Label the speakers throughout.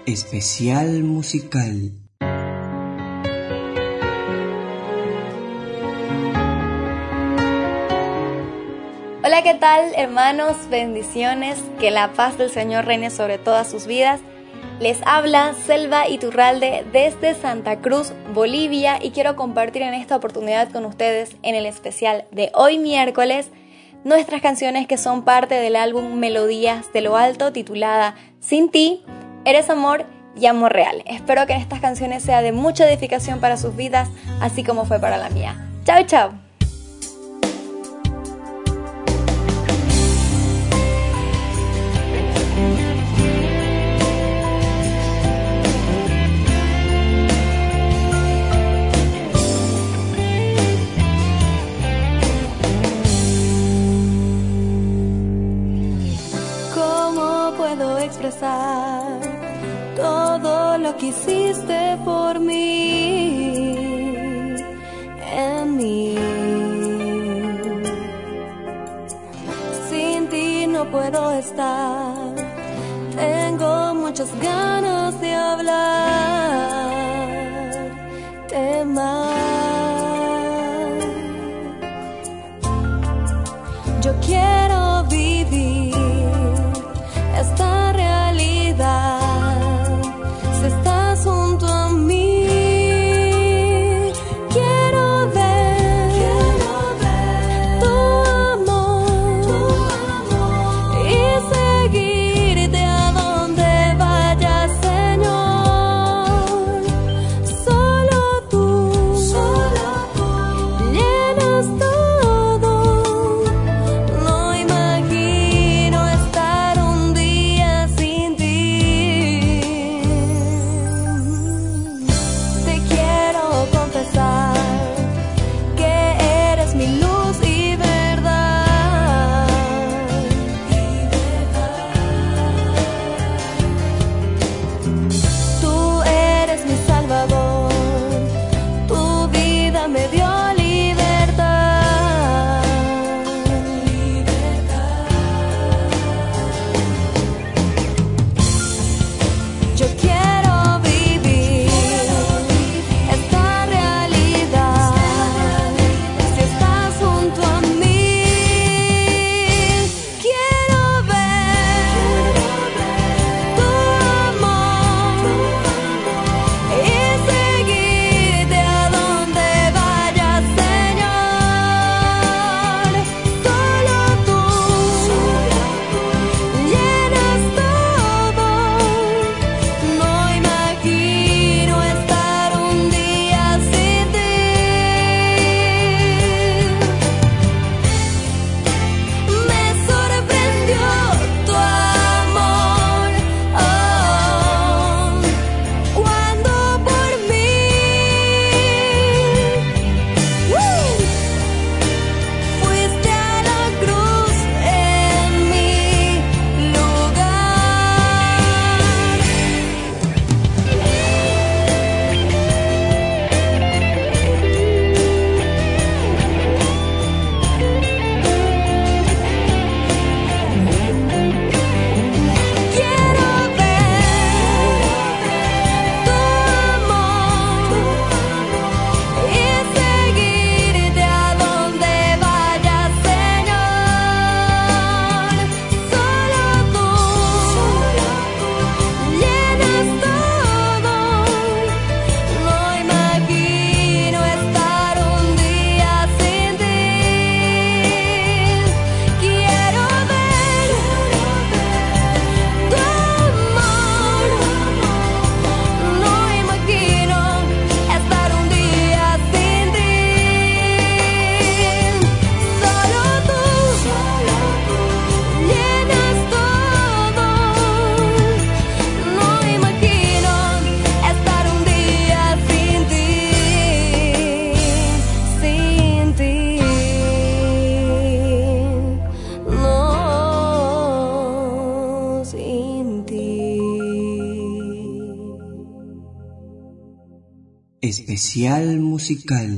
Speaker 1: Especial musical.
Speaker 2: Hola, ¿qué tal, hermanos? Bendiciones, que la paz del Señor reine sobre todas sus vidas. Les habla Selva Iturralde desde Santa Cruz, Bolivia, y quiero compartir en esta oportunidad con ustedes, en el especial de hoy miércoles, nuestras canciones que son parte del álbum Melodías de lo Alto, titulada Sin ti, Eres Amor y Amor Real. Espero que en estas canciones sea de mucha edificación para sus vidas, así como fue para la mía. Chao, chao.
Speaker 3: Expresar todo lo que hiciste por mí, en mí. Sin ti no puedo estar, tengo muchas ganas de hablarte más. Yo quiero vivir esta realidad, si estás junto a mí, quiero ver tu amor y seguirte a donde vayas, Señor. Solo tú llenas todo, no imagino estar un día sin ti. Te quiero confesar que eres mi luz y verdad. Tú eres mi Salvador, tu vida me dio libertad. Yo quiero vivir esta realidad, si estás junto a mí, quiero ver tu amor y seguirte a donde vayas, Señor. Solo tú llenas todo, no imagino estar un día sin ti. Me sorprendió tu amor, cuando por mí fuiste a la cruz en mi lugar. Quiero ver tu amor y seguirte a donde vayas, Señor. Solo tú llenas todo, no imagino estar un día sin ti. Quiero ver tu amor, no imagino estar un día sin ti. Solo tú llenas todo, no imagino estar un día sin ti, sin ti. No, sin ti.
Speaker 1: Especial musical.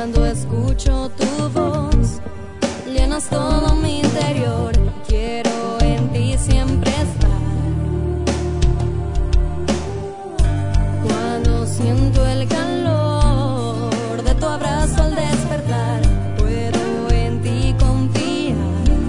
Speaker 3: Cuando escucho tu voz, llenas todo mi interior. Quiero en ti siempre estar. Cuando siento el calor de tu abrazo al despertar, puedo en ti confiar.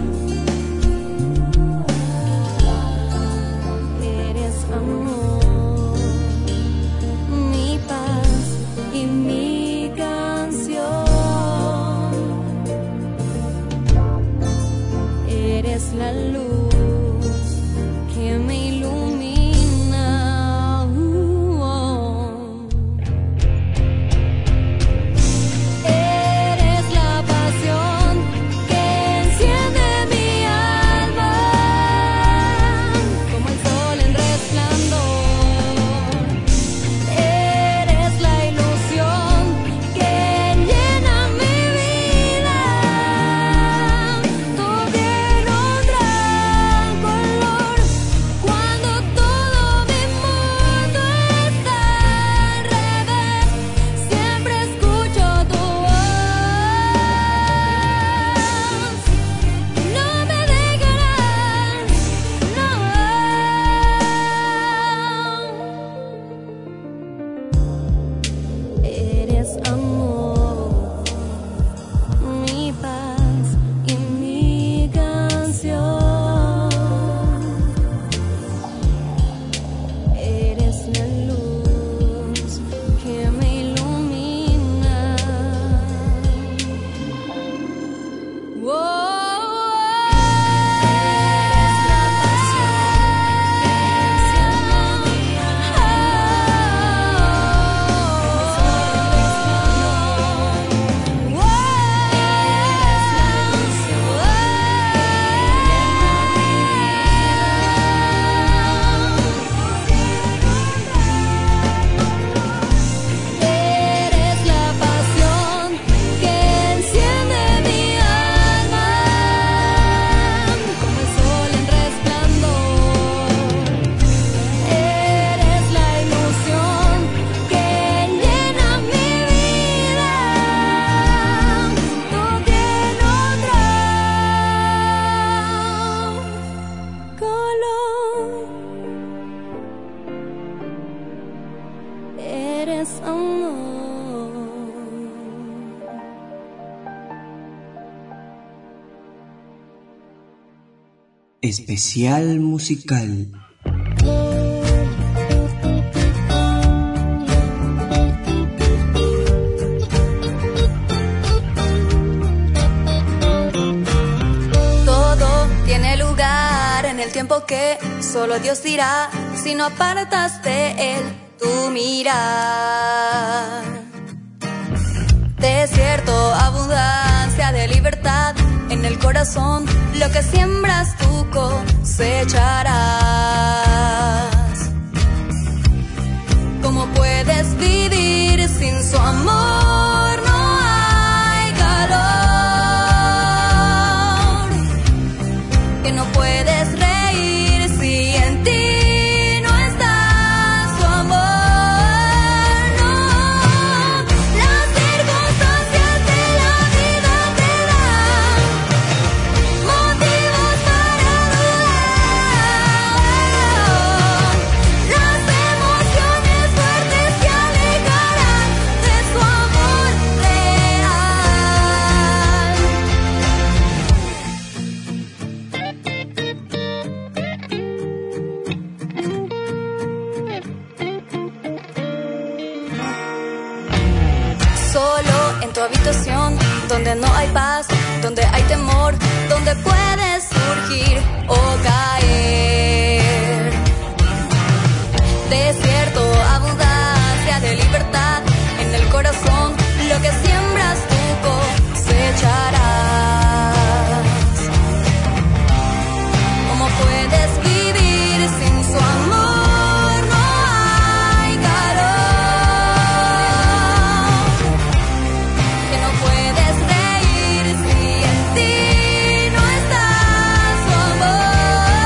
Speaker 3: Eres amor, mi paz y mi canción. Eres la luz que me ilumina. Eres la pasión que enciende mi alma, como el sol en resplandor. Eres la ilusión que llena mi vida. Tú tienes un gran color cuando todo mi mundo está al revés. Siempre escucho tu voz. No me dejarás, no. Eres amor, mi paz y mi canción. Eres la luz que me ilumina. Eres la pasión que enciende mi alma. Eres la pasión que enciende mi alma, como el sol en resplandor. Eres la ilusión que llena mi vida. Tú tienes otro color. Eres amor.
Speaker 1: Especial musical.
Speaker 3: Todo tiene lugar en el tiempo que solo Dios dirá, si no apartas de Él tu mirar. Desierto, abundancia de libertad en el corazón, lo que siembras tú cosecharás. ¿Cómo puedes vivir sin su amor? No hay calor. Que no puedes reír si en ti no está su amor. No, las circunstancias de la vida te dan motivos para dudar. Las emociones fuertes te alejarán de su amor real. Solo en tu habitación, donde no hay paz, donde hay temor, donde puedes surgir o caer. Desierto, abundancia de libertad en el corazón, lo que siembras tú cosecharás. ¿Cómo puedes vivir sin su amor? No hay calor. Que no puedes reír si en ti no está su amor.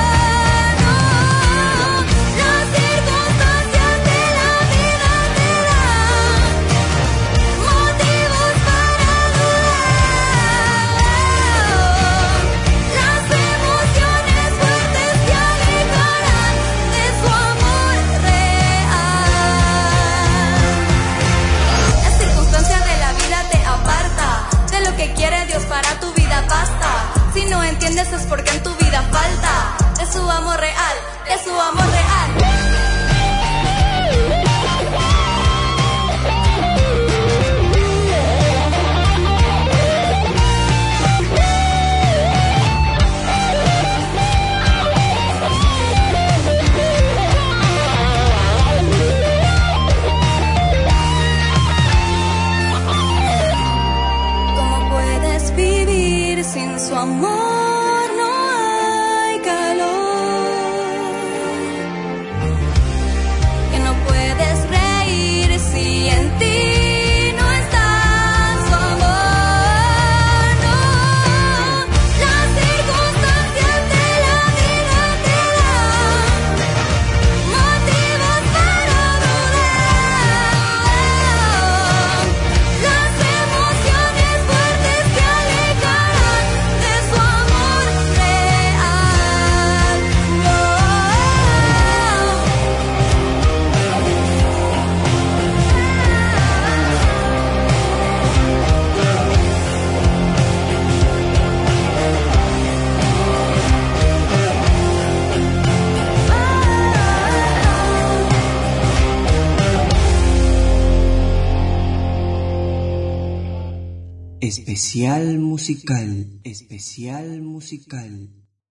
Speaker 3: entiendes es porque en tu vida falta de su amor real, de su amor real. Sin su amor no hay calor, que no puedes reír si en ti no está su amor, no. Las circunstancias de la vida te dan motivos para dudar, las emociones fuertes que alejarán de su amor real, no.
Speaker 1: Especial musical, especial musical.